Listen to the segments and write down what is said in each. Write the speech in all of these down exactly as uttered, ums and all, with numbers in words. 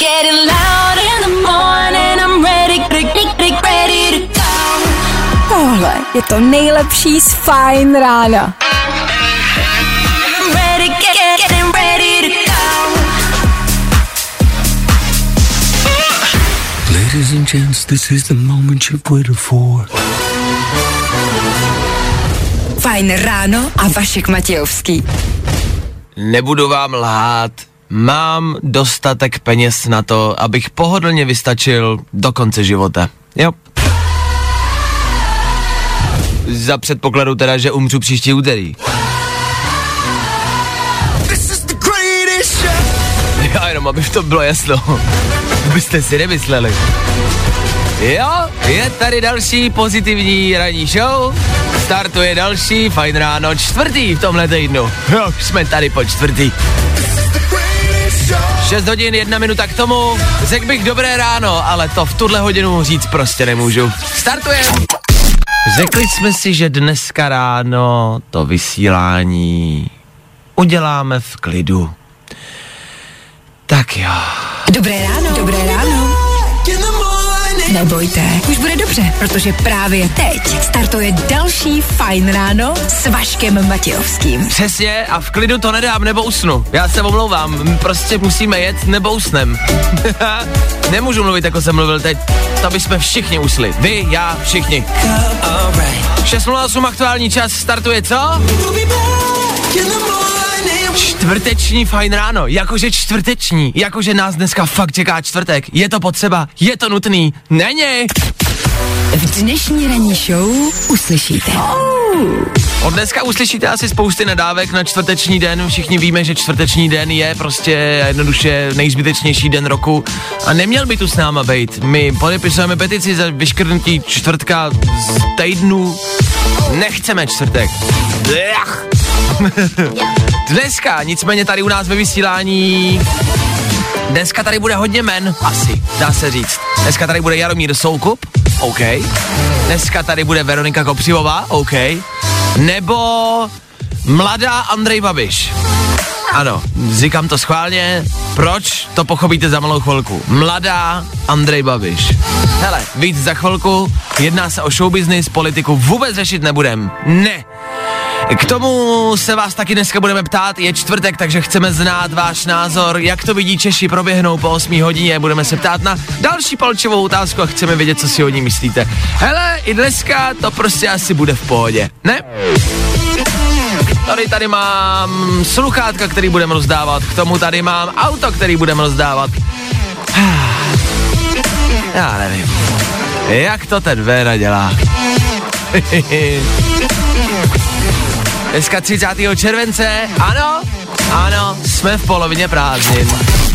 Tohle je to nejlepší z Fajn rána. Ladies and gents, this is the moment you've waited for. Fajn ráno a Vašek Matějovský. Nebudu vám lhát, mám dostatek peněz na to, abych pohodlně vystačil do konce života. Jo. Za předpokladu teda, že umřu příští úterý. Já jenom, aby to bylo jasno. Byste si nemysleli. Jo, je tady další pozitivní ranní show. Startuje další Fajn ráno, čtvrtý v tomhle týdnu. Jo, jsme tady po čtvrtý. šest hodin, jedna minuta k tomu. Řekl bych dobré ráno, ale to v tuhle hodinu říct prostě nemůžu. Startuje. Řekli jsme si, že dneska ráno to vysílání uděláme v klidu. Tak jo. Dobré ráno. Dobré ráno. Nebojte, už bude dobře, protože právě teď startuje další Fajn ráno s Vaškem Matějovským. Přesně, a v klidu to nedám, nebo usnu. Já se omlouvám, prostě musíme jet, nebo usnem. Nemůžu mluvit, jako jsem mluvil teď. To bychom všichni usli. Vy, já, všichni. šest nula osm aktuální čas, startuje co? Čtvrteční Fajn ráno, jakože čtvrteční, jakože nás dneska fakt čeká čtvrtek, je to potřeba, je to nutný, není. V dnešní ranní show uslyšíte. Od dneska uslyšíte asi spousty nadávek na čtvrteční den, všichni víme, že čtvrteční den je prostě jednoduše nejzbytečnější den roku a neměl by tu s náma bejt. My podepisujeme petici za vyškrtnutí čtvrtka z týdnu, nechceme čtvrtek. Ech. Dneska, nicméně tady u nás ve vysílání, dneska tady bude hodně men, asi, dá se říct. Dneska tady bude Jaromír Soukup, OK. Dneska tady bude Veronika Kopřivová, OK. Nebo mladá Andrej Babiš. Ano, říkám to schválně, proč? To pochopíte za malou chvilku. Mladá Andrej Babiš. Hele, víc za chvilku, jedná se o showbiznis, politiku vůbec řešit nebudem. Ne. K tomu se vás taky dneska budeme ptát, je čtvrtek, takže chceme znát váš názor, jak to vidí Češi proběhnou po osmé hodině, budeme se ptát na další palčivou otázku a chceme vědět, co si o ní myslíte. Hele, i dneska to prostě asi bude v pohodě, ne? Tady tady mám sluchátka, který budeme rozdávat, k tomu tady mám auto, který budeme rozdávat. Já nevím, jak to ten Véra dělá. Dneska třicátého července, ano, ano, jsme v polovině prázdnin.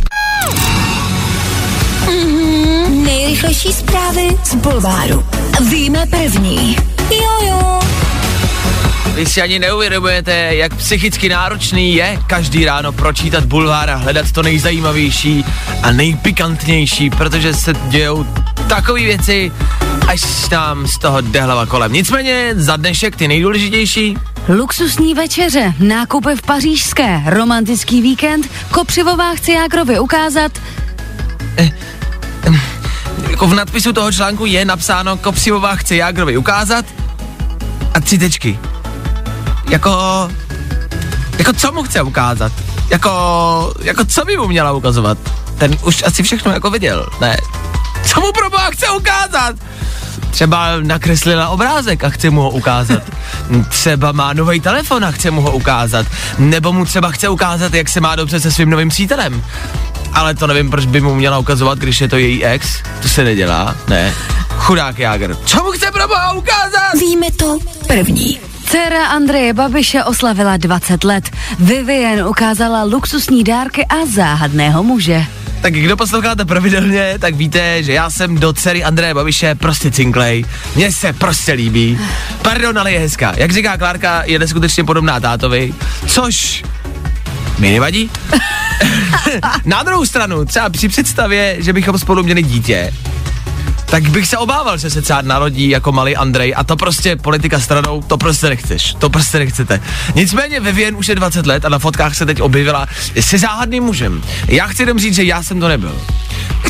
Mm-hmm, nejrychlejší zprávy z bulváru. Víme první. Jojo. Vy si ani neuvědomujete, jak psychicky náročný je každý ráno pročítat bulvár a hledat to nejzajímavější a nejpikantnější, protože se dějou takové věci, až nám z toho jde hlava kolem. Nicméně za dnešek ty nejdůležitější. Luxusní večeře, nákupy v Pařížské, romantický víkend, Kopřivová chce Jágrovi ukázat. Eh, eh, jako v nadpisu toho článku je napsáno Kopřivová chce Jágrovi ukázat a tři tečky. Jako, jako co mu chce ukázat? Jako, jako co by mu měla ukazovat? Ten už asi všechno jako viděl, ne? Co mu pro boha chce ukázat? Třeba nakreslila obrázek a chce mu ho ukázat. Třeba má nový telefon a chce mu ho ukázat. Nebo mu třeba chce ukázat, jak se má dobře se svým novým přítelem. Ale to nevím, proč by mu měla ukazovat, když je to její ex. To se nedělá, ne. Chudák Jágr. Co mu chce pro boha ukázat? Víme to první. Dcera Andreje Babiše oslavila dvacet let. Vivian ukázala luxusní dárky a záhadného muže. Tak kdo posloucháte pravidelně, tak víte, že já jsem do dcery Andreje Babiše prostě cinklej. Mně se prostě líbí. Pardon, ale je hezká. Jak říká Klárka, je neskutečně podobná tátovi, což mi nevadí. Na druhou stranu, třeba při představě, že bychom spolu měli dítě, tak bych se obával, že se třeba narodí jako malý Andrej a to prostě politika stranou, to prostě nechceš, to prostě nechcete. Nicméně Vivian už je dvacet let a na fotkách se teď objevila se záhadným mužem. Já chci jenom říct, že já jsem to nebyl.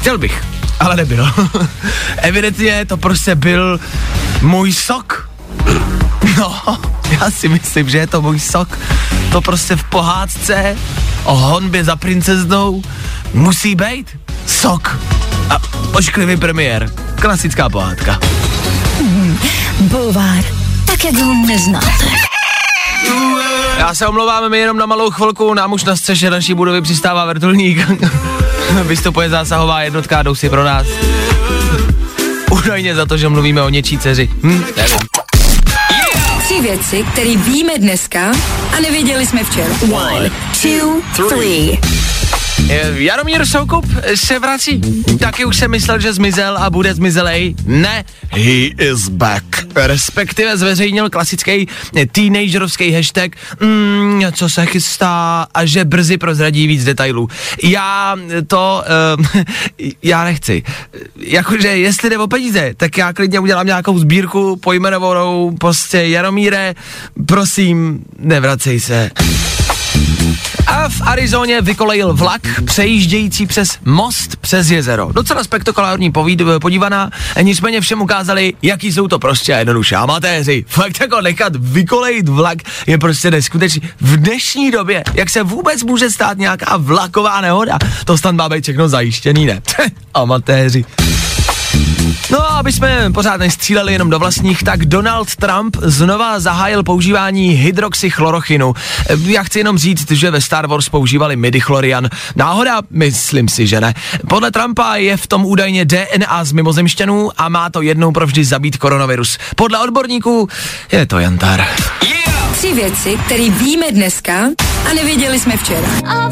Chtěl bych, ale nebyl. Evidentně to prostě byl můj sok. No, já si myslím, že je to můj sok. To prostě v pohádce o honbě za princeznou musí být sok. A ošklivý premiér. Klasická pohádka. Hmm, bulvár, tak jak ho neznáte. Já se omlouvám, my jenom na malou chvilku, nám už na střeše naší budovy přistává vrtulník. Vystupuje zásahová jednotka, jdou si pro nás. Údajně za to, že mluvíme o něčí dceři. Hm, nevím. Tři věci, které víme dneska a nevěděli jsme včera. One, two, three. Jaromír Soukup se vrací. Taky už jsem myslel, že zmizel a bude zmizelej. Ne, he is back. Respektive zveřejnil klasický teenagerovský hashtag, mm, co se chystá a že brzy prozradí víc detailů. Já to, uh, já nechci. Jakože jestli jde o peníze, tak já klidně udělám nějakou sbírku pojmenovanou prostě Jaromíre, prosím, nevracej se. A v Arizoně vykolejil vlak přejíždějící přes most přes jezero. Docela spektakulární povíd, podívaná, nicméně všem ukázali, jaký jsou to prostě jednoduše amatéři. Fakt jako nechat vykolejit vlak je prostě neskutečný. V dnešní době, jak se vůbec může stát nějaká vlaková nehoda, to snad má být všechno zajištěný, ne? Amatéři. No a aby jsme pořád nestříleli jenom do vlastních, tak Donald Trump znova zahájil používání hydroxychlorochinu. Já chci jenom říct, že ve Star Wars používali midichlorian. Náhoda? Myslím si, že ne. Podle Trumpa je v tom údajně D N A z mimozemšťanů a má to jednou provždy zabít koronavirus. Podle odborníků je to jantar. Yeah! Tři věci, které víme dneska a nevěděli jsme včera.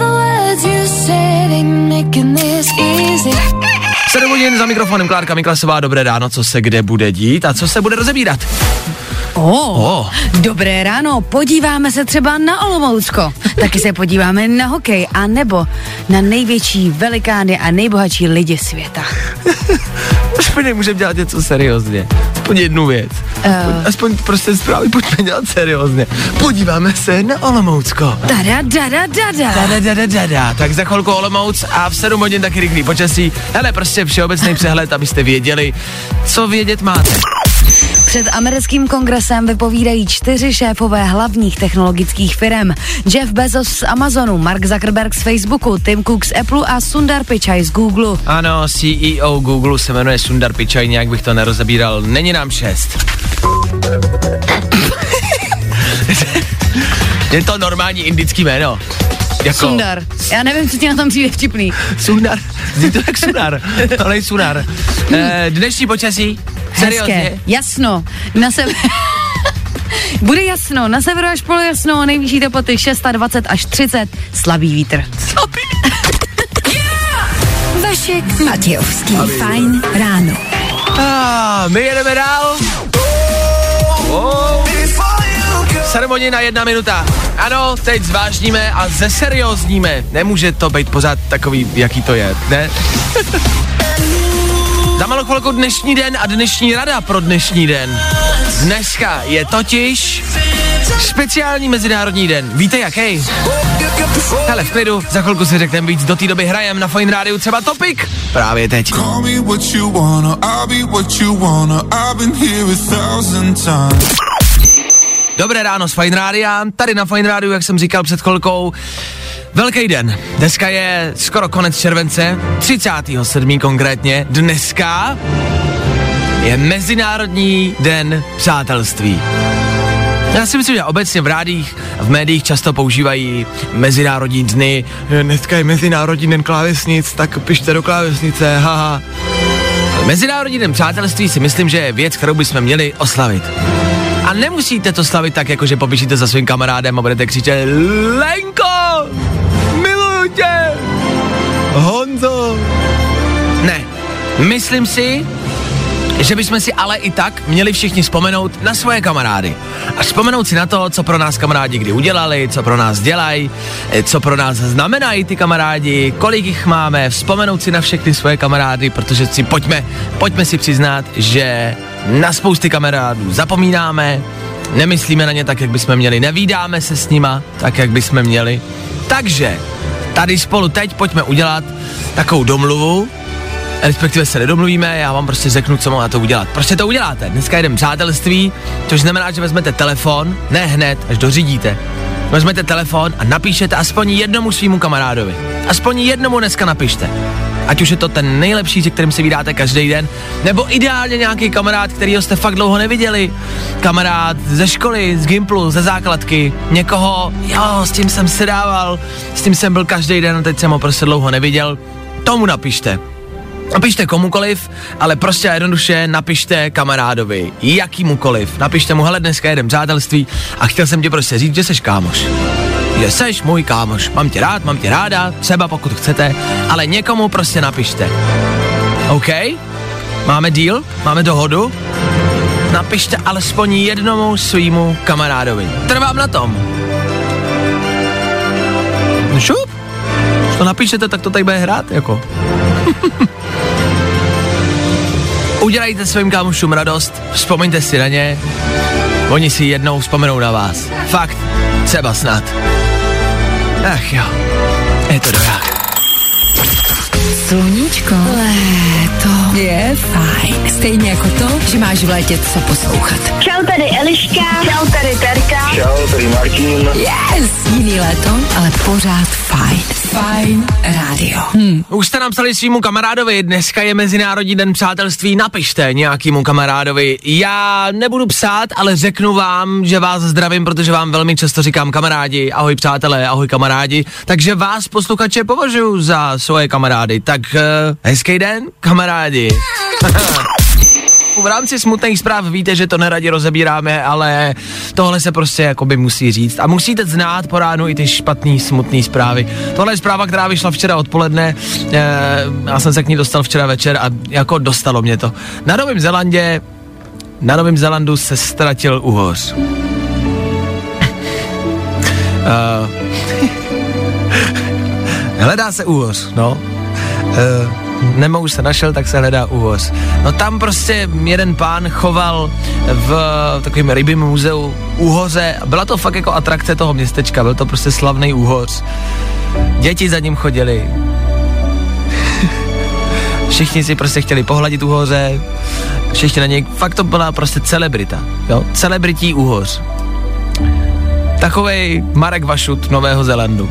sedm hodin za mikrofonem Klárka Miklasová, dobré ráno, co se kde bude dít a co se bude rozebírat. Oh, oh. Dobré ráno, podíváme se třeba na Olomoucko, taky se podíváme na hokej a nebo na největší velikány a nejbohatší lidi světa. Už my nemůžeme dělat něco seriózně, aspoň jednu věc, uh. aspoň prostě zprávy pojďme dělat seriózně. Podíváme se na Olomoucko. Dada, dada, dada. Dada, dada, dada. Tak za chvilku Olomouc a v sedm hodin taky rychlý počasí. Hele, prostě všeobecný přehled, abyste věděli, co vědět máte. Před americkým kongresem vypovídají čtyři šéfové hlavních technologických firm. Jeff Bezos z Amazonu, Mark Zuckerberg z Facebooku, Tim Cook z Apple a Sundar Pichai z Google. Ano, C E O Google se jmenuje Sundar Pichai, nějak bych to nerozebíral. Není nám šest. Je to normální indický jméno. Jako... Sundar. Já nevím, co ti na tom přijde vtipný. Sundar. Zní to jak Sundar. Ale Sundar. E, dnešní počasí. Seriózně. Hezké. Jasno. Na sebe... Bude jasno. Na severu až polojasno. Nejvyšší teploty dvacet šest až třicet. Slabý vítr. Slabý. Yeah! Vašek Matějovský. Fajn ráno. A my jedeme dál. Oh. sedm hodin na jedna minuta. Ano, teď zvážníme a zeseriózníme. Nemůže to být pořád takový, jaký to je, ne? Za malou chvilku dnešní den a dnešní rada pro dnešní den. Dneska je totiž speciální mezinárodní den. Víte jaký? Hele, v klidu, za chvilku si řekneme víc, do té doby hrajem na Fajn rádiu třeba Topic. Právě teď. Dobré ráno z Fajn rádia, tady na Fajn rádiu, jak jsem říkal před chvilkou, velký den. Dneska je skoro konec července, třicátého sedmého konkrétně. Dneska je Mezinárodní den přátelství. Já si myslím, že obecně v rádích a v médiích často používají mezinárodní dny. Dneska je Mezinárodní den klávesnic, tak pište do klávesnice, haha. Mezinárodní den přátelství si myslím, že je věc, kterou bychom měli oslavit. A nemusíte to slavit tak, jako že poběžíte za svým kamarádem a budete křičet Lenko, miluju tě, Honzo. Ne, myslím si, že bychom si ale i tak měli všichni vzpomenout na svoje kamarády. A vzpomenout si na to, co pro nás kamarádi kdy udělali, co pro nás dělají, co pro nás znamenají ty kamarádi, kolik jich máme, vzpomenout si na všechny svoje kamarády, protože si pojďme, pojďme si přiznat, že na spousty kamarádů zapomínáme, nemyslíme na ně tak, jak bychom měli, nevídáme se s nima tak, jak bychom měli. Takže tady spolu teď pojďme udělat takovou domluvu, respektive se nedomluvíme, já vám prostě řeknu, co mám na to udělat. Prostě to uděláte. Dneska jdem přátelství, což znamená, že vezmete telefon, ne hned, až dořídíte. Vezmete telefon a napíšete aspoň jednomu svýmu kamarádovi. Aspoň jednomu dneska napište. Ať už je to ten nejlepší, se kterým si vydáte každý den, nebo ideálně nějaký kamarád, kterýho jste fakt dlouho neviděli. Kamarád ze školy, z Gimplu, ze základky, někoho, jo, s tím jsem se dával, s tím jsem byl každý den a teď jsem ho prostě dlouho neviděl. Tomu napište. Napište komukoliv, ale prostě jednoduše napište kamarádovi, jakýmukoliv. Napište mu, hele, dneska jedem přátelství a chtěl jsem ti prostě říct, že seš kámoš. Že seš můj kámoš, mám tě rád, mám tě ráda, třeba pokud chcete, ale někomu prostě napište. OK? Máme deal? Máme dohodu? Napište alespoň jednomu svýmu kamarádovi. Trvám na tom. No šup? Když to napíšete, tak to tady bude hrát, jako. Udělejte svým kámošům radost, vzpomeňte si na ně, oni si jednou vzpomenou na vás. Fakt, třeba snad. Ach jo, je to dobrák. Sluníčko, léto je fajn. Stejně jako to, že máš v létě co poslouchat. Čau, tady Eliška. Čau, tady Terka. Čau, tady Martin. Yes, jiný léto, ale pořád fajn. Fajn rádio. Hm. Už jste napsali svýmu kamarádovi, dneska je Mezinárodní den přátelství, napište nějakýmu kamarádovi. Já nebudu psát, ale řeknu vám, že vás zdravím, protože vám velmi často říkám kamarádi, ahoj přátelé, ahoj kamarádi, takže vás posluchače považuji za svoje kamarády. Tak uh, hezký den, kamarádi. V rámci smutných zpráv víte, že to neradi rozebíráme, ale tohle se prostě jakoby musí říct. A musíte znát po ránu i ty špatný, smutný zprávy. Tohle je zpráva, která vyšla včera odpoledne, e, já jsem se k ní dostal včera večer a jako dostalo mě to. Na Novém Zélandě, na Novém Zélandu se ztratil uhoř. uh, hledá se uhoř, no. Uh, Nemo už se našel, tak se hledá uhoř. No tam prostě jeden pán choval v takovém rybím muzeu úhoře. Byla to fakt jako atrakce toho městečka, byl to prostě slavný úhoř. Děti za ním chodili. Všichni si prostě chtěli pohladit úhoře. Všichni na něj, fakt to byla prostě celebrita. Jo? Celebrití úhoř. Takovej Marek Vašut Nového Zélandu.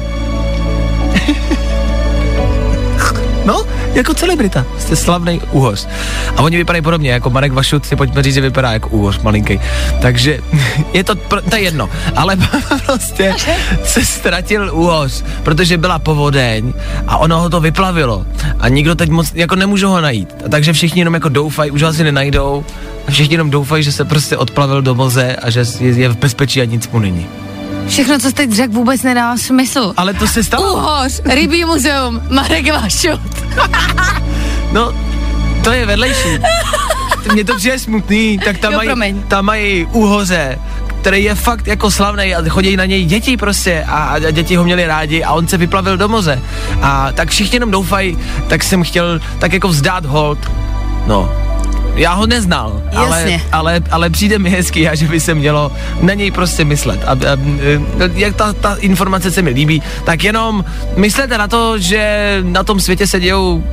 No, jako celebrita, jste slavný úhoř. A oni vypadají podobně, jako Marek Vašut, si pojďme říct, že vypadá jako úhoř malinký. Takže je to, to je jedno, ale prostě se ztratil úhoř, protože byla povodeň a ono ho to vyplavilo. A nikdo teď moc, jako nemůže ho najít. Takže všichni jenom jako doufají, už ho asi nenajdou. A všichni jenom doufají, že se prostě odplavil do moře a že je, je v bezpečí a nic mu není. Všechno, co jste teď řekl, vůbec nedává smysl. Ale to se stalo. Úhoř, rybí muzeum, Marek Vašut. No, to je vedlejší. Mně to přijde smutný, tak tam, jo, mají, tam mají úhoře, který je fakt jako slavnej a chodí na něj děti prostě a, a děti ho měli rádi a on se vyplavil do moře. A tak všichni jenom doufají, tak jsem chtěl tak jako vzdát hold. No, já ho neznal, ale, ale, ale přijde mi hezký a že by se mělo na něj prostě myslet. A, a, jak ta, ta informace se mi líbí, tak jenom myslete na to, že na tom světě se dějou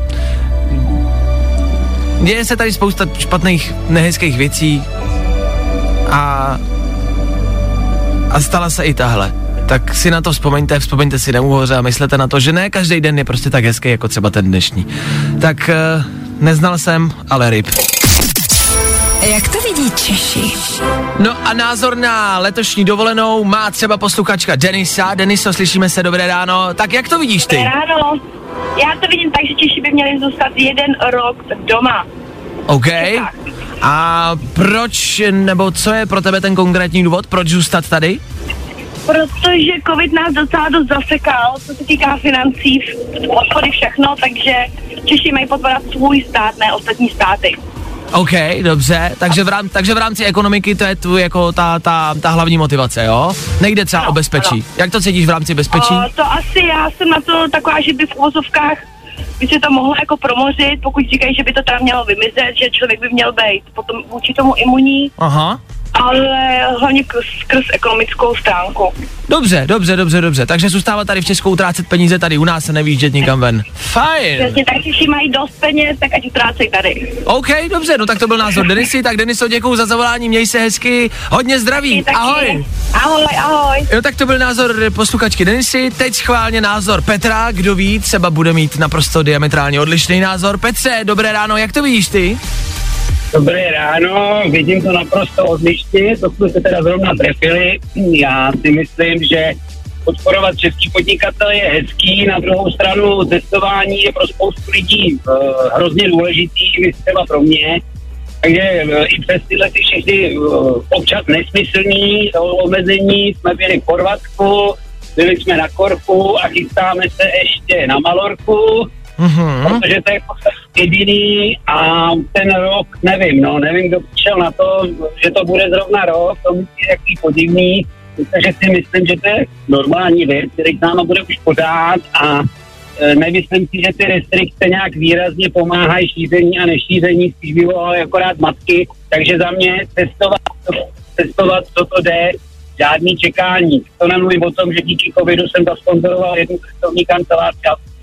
děje se tady spousta špatných, nehezkých věcí a a stala se i tahle. Tak si na to vzpomeňte, vzpomeňte si na úhoře a myslete na to, že ne každý den je prostě tak hezký, jako třeba ten dnešní. Tak uh, neznal jsem, ale ryb. Jak to vidí Češi? No a názor na letošní dovolenou má třeba posluchačka Denisa. Deniso, slyšíme se, dobré ráno. Tak jak to vidíš ty? Dobré ráno. Já to vidím tak, že Češi by měli zůstat jeden rok doma. OK. A proč, nebo co je pro tebe ten konkrétní důvod, proč zůstat tady? Protože covid nás docela dost zasekal, co se týká financí, odchody, všechno, takže Češi mají podporovat svůj stát, ne ostatní státy. OK, dobře, takže v, rám, takže v rámci ekonomiky to je tu jako ta, ta, ta hlavní motivace, jo? Nejde třeba ano, o bezpečí. Ano. Jak to cítíš v rámci bezpečí? O, to asi já jsem na to taková, že by v uvozovkách by se to mohlo jako promořit, pokud říkají, že by to tam mělo vymizet, že člověk by měl být potom vůči tomu imunní. Aha. ale hlavně skrz, skrz ekonomickou stránku. Dobře, dobře, dobře, dobře. Takže zůstávat tady v Česku, utrácet peníze tady u nás a nevyjíždět nikam ven. Fajn. Přesně, tak když mají dost peněz, tak ať utrácej tady. OK, dobře, no tak to byl názor Denisy. Tak Deniso, děkuju za zavolání, měj se hezky, hodně zdraví, Taky. ahoj. Ahoj, ahoj. Jo, tak to byl názor posluchačky Denisy, teď schválně názor Petra, kdo ví, třeba bude mít naprosto diametrálně odlišný názor. Petře, dobré ráno, jak to vidíš ty? Dobré ráno, vidím to naprosto odlišně, to jsme se teda zrovna trefili. Já si myslím, že podporovat český podnikatel je hezký, na druhou stranu testování je pro spoustu lidí uh, hrozně důležitý, myslím třeba pro mě. Takže uh, i přes tyhle ty všechny uh, občas nesmyslný omezení jsme byli v Chorvatsku, byli jsme na Korfu a chystáme se ještě na Malorku. Mm-hmm. Protože to je jediný a ten rok, nevím, no, nevím, kdo přišel na to, že to bude zrovna rok, to musí jaký podivný, protože si myslím, že to je normální věc, který k náma bude už pořád a e, nemyslím si, že ty restrikce nějak výrazně pomáhají šíření a nešíření, spíš vyvolají akorát matky, takže za mě testovat, testovat, co to jde, žádný čekání. To nemluvím o tom, že díky covidu jsem zasponzoroval jednu cestovní kancelář.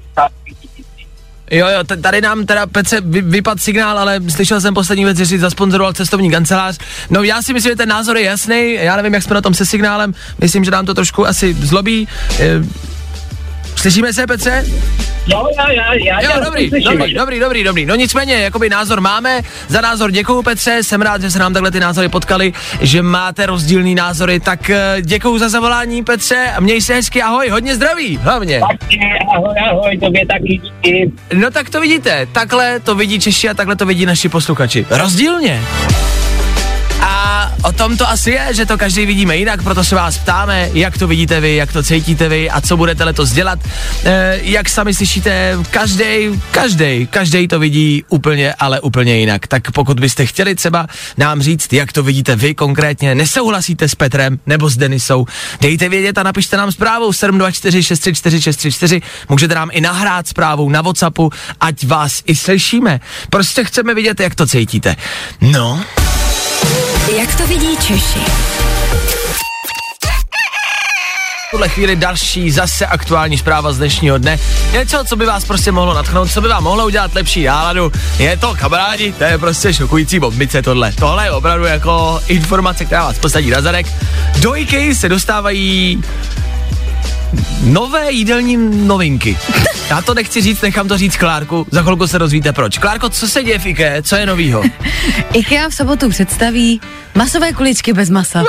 Jo, jo, tady nám teda Petře vy, vypadl signál, ale slyšel jsem poslední věc, že si zasponzoroval cestovní kancelář. No já si myslím, že ten názor je jasný, já nevím, jak jsme na tom se signálem, myslím, že nám to trošku asi zlobí. Slyšíme se, Petře? Jo, já, já, já, jo, já dobrý, dobrý, dobrý, dobrý, dobrý. No nicméně, jakoby názor máme, za názor děkuju, Petře, jsem rád, že se nám takhle ty názory potkali, že máte rozdílný názory, tak děkuju za zavolání, Petře, a měj se hezky, ahoj, hodně zdraví, hlavně. Taky, ahoj, ahoj, tobě taky díky. No tak to vidíte, takhle to vidí Češi a takhle to vidí naši posluchači. Rozdílně. A o tom to asi je, že to každý vidíme jinak, proto se vás ptáme, jak to vidíte vy, jak to cítíte vy a co budete letos dělat. E, jak sami slyšíte, každý, každý, každý to vidí úplně, ale úplně jinak. Tak pokud byste chtěli třeba nám říct, jak to vidíte vy konkrétně, nesouhlasíte s Petrem nebo s Denisou, dejte vědět a napište nám zprávu sedm dva čtyři šest tři čtyři šest tři čtyři. Můžete nám i nahrát zprávu na WhatsAppu, ať vás i slyšíme. Prostě chceme vidět, jak to cítíte. No... Jak to vidí Češi? V tuhle chvíli další zase aktuální zpráva z dnešního dne. Něco, co by vás prostě mohlo nadchnout, co by vám mohlo udělat lepší náladu. Je to, kamarádi, to je prostě šokující bombice tohle. Tohle je opravdu jako informace, která vás posadí na zadek. Do IKEA se dostávají nové jídelní novinky. Já to nechci říct, nechám to říct Klárku, za chvilku se dozvíte proč. Klárko, co se děje v IKEA, co je novýho? IKEA v sobotu představí masové kuličky bez masa.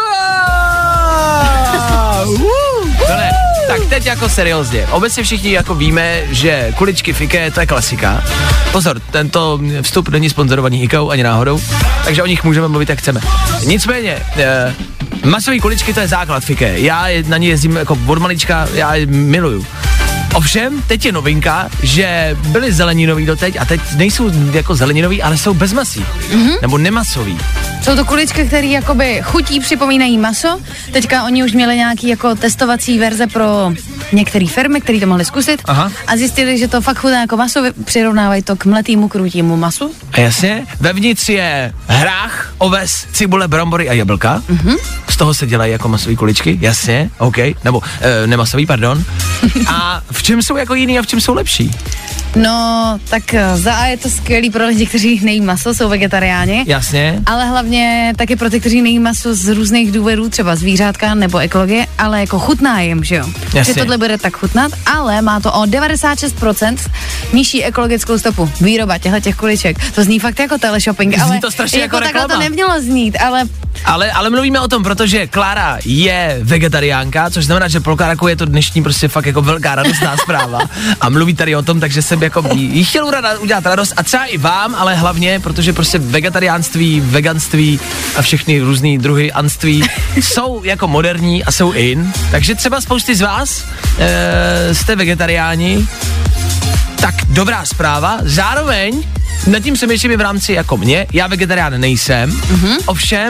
To ne, tak teď jako seriózně. Obecně všichni jako víme, že kuličky v IKEA to je klasika. Pozor, tento vstup není sponzorovaný IKEA ani náhodou, takže o nich můžeme mluvit jak chceme. Nicméně, eh, masové kuličky to je základ v IKEA. Já na ně jezdím jako od malička, já je miluju. Ovšem, teď je novinka, že byly zeleninový doteď a teď nejsou jako zeleninový, ale jsou bez masí. Mm-hmm. Nebo nemasový. Jsou to kuličky, které jakoby chutí připomínají maso. Teďka oni už měli nějaký jako testovací verze pro některé firmy, které to mohli zkusit. Aha. A zjistili, že to fakt chutná jako maso, přirovnávají to k mletýmu krutímu masu. A jasně, vevnitř je hrách, oves, cibule, brambory a jablka. Mm-hmm. Z toho se dělají jako masové kuličky, jasně, OK, nebo e, nemasový, pardon. A v čem jsou jako jiný a v čem jsou lepší? No, tak za A je to skvělý pro lidi, kteří nejí maso, jsou vegetariáni. Jasně. Ale hlavně taky pro ty, kteří nejí maso z různých důvodů, třeba zvířátka nebo ekologie, ale jako chutná jim, že jo? Jasně. Že tohle bude tak chutnat, ale má to o devadesát šest procent nižší ekologickou stopu. Výroba těchto těch kuliček. To zní fakt jako teleshopping, zní ale to strašně jako, jako takhle reklama. to nemělo znít, ale... Ale, ale mluvíme o tom, protože Klára je vegetariánka, což znamená, že pro Kláraku je to dnešní prostě fakt jako velká radostná zpráva a mluví tady o tom, takže jsem jako jí chtěl udělat radost a třeba i vám, ale hlavně, protože prostě vegetariánství, veganství a všechny různý druhy anství jsou jako moderní a jsou in, takže třeba spousty z vás e, jste vegetariáni, tak dobrá zpráva, zároveň nad tím se myšlím v rámci jako mě, já vegetarián nejsem, mm-hmm. ovšem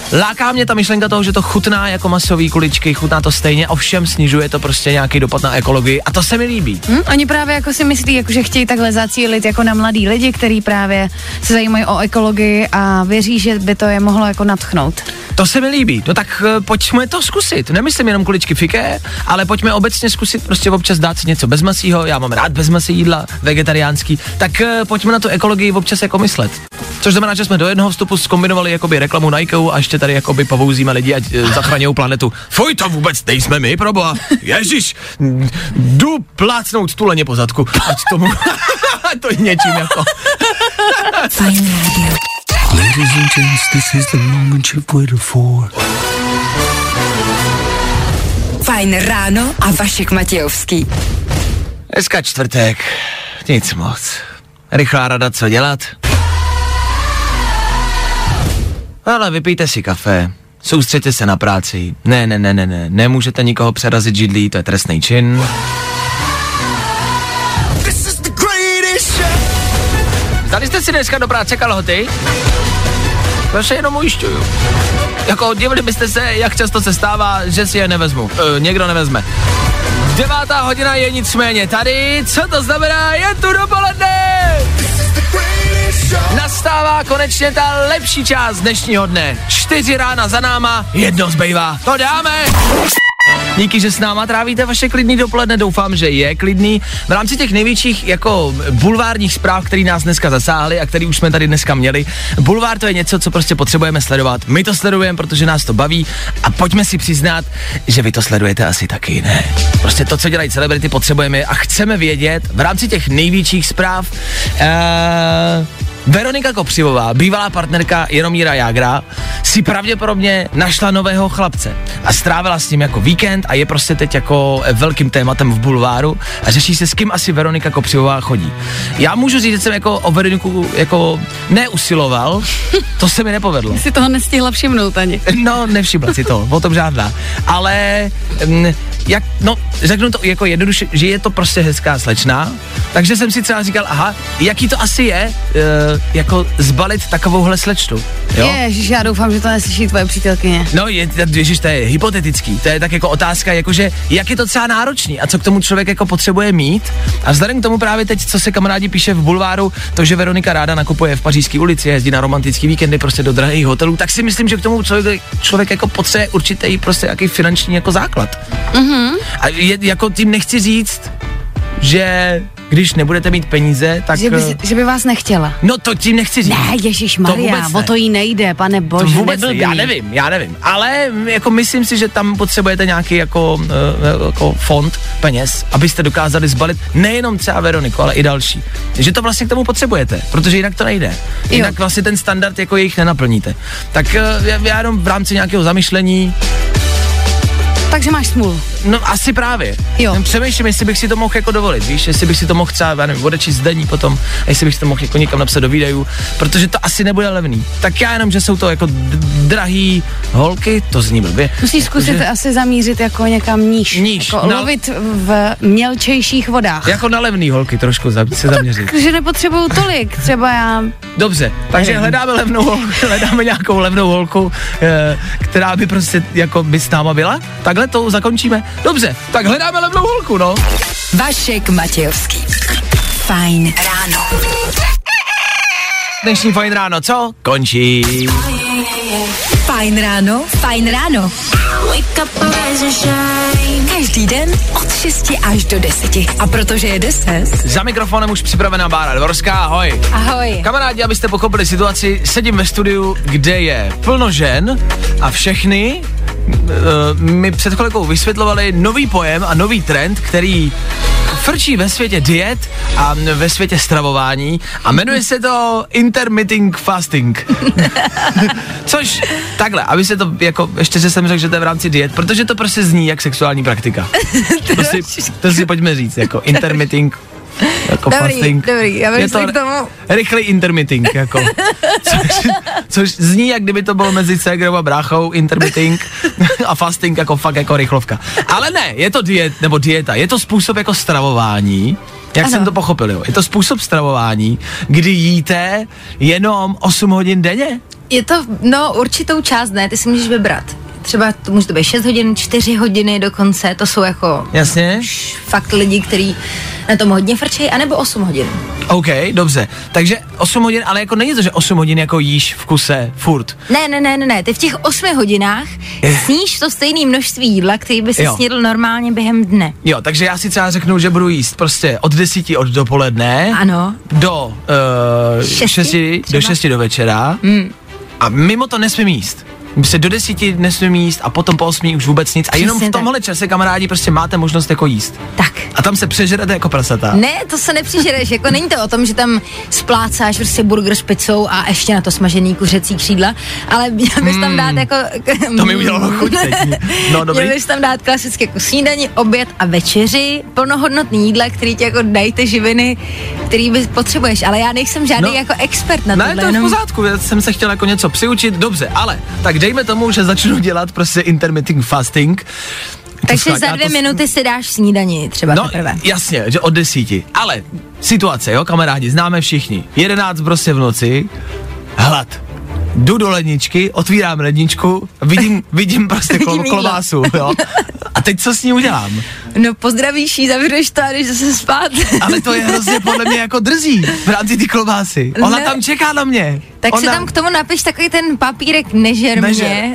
Láká mě ta myšlenka toho, že to chutná jako masový kuličky, chutná to stejně, ovšem snižuje to prostě nějaký dopad na ekologii a to se mi líbí. Hm, oni právě jako si myslí, jako, že chtějí takhle zacílit jako na mladý lidi, kteří právě se zajímají o ekologii a věří, že by to je mohlo jako nadchnout. To se mi líbí, no tak uh, pojďme to zkusit, nemyslím jenom kuličky fiké, ale pojďme obecně zkusit prostě občas dát si něco bez masího, já mám rád bez masí jídla, vegetariánský, tak uh, pojďme na tu ekologii občas jako myslet. Což znamená, že jsme do jednoho vstupu zkombinovali jakoby reklamu na IKEA a ještě tady jakoby povouzíme lidi, ať uh, zachraňují planetu. Fuj, to vůbec nejsme my, proboha, ježiš, jdu plácnout tuleně po zadku, ať tomu, to je něčím jako. Fajn rádio. Ladies and gents, this is the moment you've waited for. Fajn ráno a Vašek Matějovský. Dneska čtvrtek, nic moc. Rychlá rada, co dělat? Ale vypijte si kafe, soustřeďte se na práci. Ne, ne, ne, ne, ne, nemůžete nikoho přerazit židlí, to je trestný čin. Zdali jste si dneska do práce kalhoty? To se jenom ujišťuju. Jako divili byste se, jak často se stává, že si je nevezmu. E, někdo nevezme. Devátá hodina je nicméně tady. Co to znamená? Je tu dopoledne! Nastává konečně ta lepší část dnešního dne. Čtyři rána za náma, jedno zbývá. To dáme! Díky, že s náma trávíte vaše klidný dopoledne, doufám, že je klidný. V rámci těch největších jako bulvárních zpráv, které nás dneska zasáhly a které už jsme tady dneska měli. Bulvár to je něco, co prostě potřebujeme sledovat. My to sledujeme, protože nás to baví a pojďme si přiznat, že vy to sledujete asi taky, ne? Prostě to, co dělají celebrity, potřebujeme a chceme vědět v rámci těch největších zpráv. Uh, Veronika Kopřivová, bývalá partnerka Jaromíra Jágra, si pravděpodobně našla nového chlapce a strávila s ním jako víkend a je prostě teď jako velkým tématem v bulváru a řeší se, s kým asi Veronika Kopřivová chodí. Já můžu říct, že jsem jako o Veroniku jako neusiloval, to se mi nepovedlo. Jsi toho nestihla všimnout ani. No, nevšimla si to, o tom žádná. Ale m, jak, no, řeknu to jako jednoduše, že je to prostě hezká slečna, takže jsem si třeba říkal, aha, jaký to asi je, e, jako zbalit takovouhle slečnu, jo? Ježiš, já doufám, že to neslyší tvoje přítelkyně. No, je, ježiš, to je hypotetický, to je tak jako otázka, jakože jak je to třeba náročný a co k tomu člověk jako potřebuje mít a vzhledem k tomu právě teď, co se kamarádi píše v bulváru, to, že Veronika ráda nakupuje v Pařížské ulici, jezdí na romantický víkendy prostě do drahých hotelů, tak si myslím, že k tomu člověk, člověk jako potřebuje určitý prostě jaký finanční jako základ. Mhm. A je, jako tím nechci říct, že když nebudete mít peníze, tak... Že by, že by vás nechtěla. No to tím nechci říct. Ne, ježišmarja, to o to jí nejde, pane bože, to vůbec neblbý. Ne, já nevím, já nevím, ale jako myslím si, že tam potřebujete nějaký jako, uh, jako fond peněz, abyste dokázali zbalit nejenom třeba Veroniku, ale i další. Že to vlastně k tomu potřebujete, protože jinak to nejde. Jinak jo. Vlastně ten standard jako jejich nenaplníte. Tak uh, já, já jenom v rámci nějakého zamyšlení. Takže máš smůlu. No asi právě. Jo. Přemýšlím, jestli bych si to mohl jako dovolit, víš, jestli bych si to mohl třeba, já nevím, odečíst zdaní potom, a jestli bych si to mohl jako někam napsat do výdajů, protože to asi nebude levný. Tak já jenom, že jsou to jako d- drahý holky, to zní blbě. Musíš zkusit že... asi zamířit jako někam níž. Níž. Jako na... lovit v mělčejších vodách. Jako na levný holky trošku za, se zaměřit. Že nepotřebuju tolik, třeba já... Dobře, takže hledáme levnou holku, hledáme nějakou levnou holku, e, která by prostě jako by s náma byla. Takhle to zakončíme. Dobře, tak hledáme levnou holku, no. Vašek Matějovský. Fajn ráno. Dnešní Fajn ráno, co? Končí. Fajn ráno, fajn ráno. Každý den od šesti až do deseti. A protože je deset. Za mikrofonem už připravená Bára Dvorská, ahoj. Ahoj. Kamarádi, abyste pochopili situaci, sedím ve studiu, kde je plno žen a všechny uh, mi před chvilkou vysvětlovali nový pojem a nový trend, který frčí ve světě diet a ve světě stravování a jmenuje se to intermittent fasting. Což, takhle, aby se to, jako, ještě že jsem řekl, že to je v rámci diet, protože to prostě zní jak sexuální praktika. to, si, to si pojďme říct, jako intermittent jako dobrý, fasting. Dobrý, já bych k tomu... Rychlý intermittent, jako. Což, což zní, jak kdyby to bylo mezi ségrou a bráchou, intermittent a fasting jako fakt jako rychlovka. Ale ne, je to diet, nebo dieta, je to způsob jako stravování, Jak Ano. jsem to pochopil, jo. Je to způsob stravování, kdy jíte jenom osm hodin denně? Je to, no určitou část ne, ty si můžeš vybrat. Třeba to může to být šest hodin, čtyři hodiny dokonce, to jsou jako Jasně? fakt lidi, kteří na tom hodně frčejí, anebo osm hodin. OK, dobře. Takže osm hodin, ale jako není to, že osm hodin jako jíš v kuse furt. Ne, ne, ne, ne, ne, ty v těch osmi hodinách sníš to stejné množství jídla, který by si Jo. snědl normálně během dne. Jo, takže já si třeba řeknu, že budu jíst prostě od desíti od dopoledne Ano. do uh, Šesti šesti, třeba? do šesti do večera Hmm. a mimo to nesmím jíst. Se do desíti nesmím jíst a potom po osmi už vůbec nic. A jenom Přesně v tomhle čase, kamarádi, prostě máte možnost jako jíst. Tak. A tam se přežerete jako prasata. Ne, to se nepřižereš, jako není to o tom, že tam splácáš prostě burger s pizzou a ještě na to smažený kuřecí křídla, ale měl bys tam dát jako... To mi udělalo chuť teď. No, dobrý. Měl bys tam dát klasicky jako snídani, oběd a večeři, plnohodnotný jídla, který ti jako dají ty živiny, který bys potřebuješ, ale já nejsem žádný No. jako expert na Ne, tohle. to je v jenom... pořádku, já jsem se chtěl jako něco přiučit, dobře, ale tak dejme tomu, že začnu dělat prostě intermittent fasting. Takže To za já dvě to... minuty si dáš snídani třeba No, teprve. jasně, že od desíti. Ale situace, jo, kamarádi, známe všichni. Jedenáct prostě v noci, hlad. Jdu do ledničky, otvírám ledničku, vidím, vidím prostě Vidím klo, jídlo. klobásu, jo. A teď co s ní udělám? No pozdravíš jí, zavřeš to a jdeš zase spát. Ale to je hrozně podle mě jako drzí v rámci ty klobásy. Ona Ne. tam čeká na mě. Tak Ona... si tam k tomu napiš takový ten papírek nežer Nežer. mě.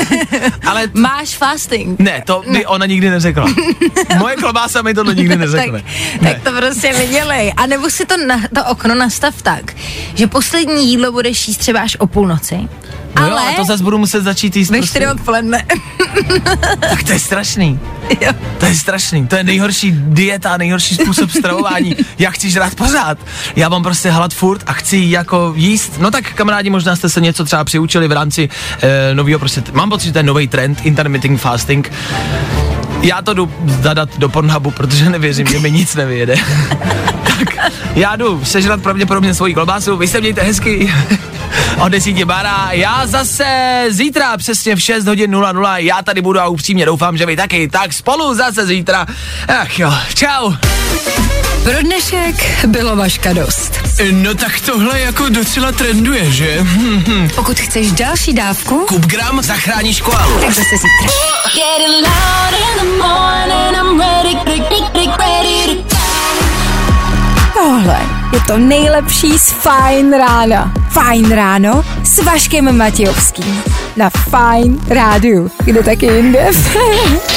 Ale t- Máš fasting. ne, to by ona nikdy neřekla. Moje klobása mi tohle nikdy neřekne. tak, Ne. tak to prostě nedělej. A nebo si to, na, to okno nastav tak, že poslední jídlo budeš jíst třeba až o půlnoci. No ale jo, ale to zase budu muset začít jíst ve prostě. čtyři odpoledne. Tak to je strašný. Jo. To je strašný. To je nejhorší dieta, nejhorší způsob stravování. Já chci žrát pořád. Já mám prostě hlad furt a chci jako jíst. No tak kamarádi, možná jste se něco třeba přiučili v rámci e, nového prostě, t- mám pocit, že to je nový trend, intermittent fasting. Já to jdu zadat do Pornhubu, protože nevěřím, že mi nic nevyjede. Tak já jdu sežrat pravděpodobně svoji klobásu, vy se mějte hezky. O desíti bára, já zase zítra přesně v šest hodin nula nula, já tady budu a upřímně doufám, že vy taky, tak spolu zase zítra. Ach jo, čau. Pro dnešek bylo Vaška dost. No tak tohle jako docela trenduje, že? Hm, hm. Pokud chceš další dávku, Kupgram zachráníš koalu. tak zase zítra. Tohle je to nejlepší z Fajn rána. Fajn ráno s Vaškem Matějovským. Na Fajn rádiu. Kde taky jinde?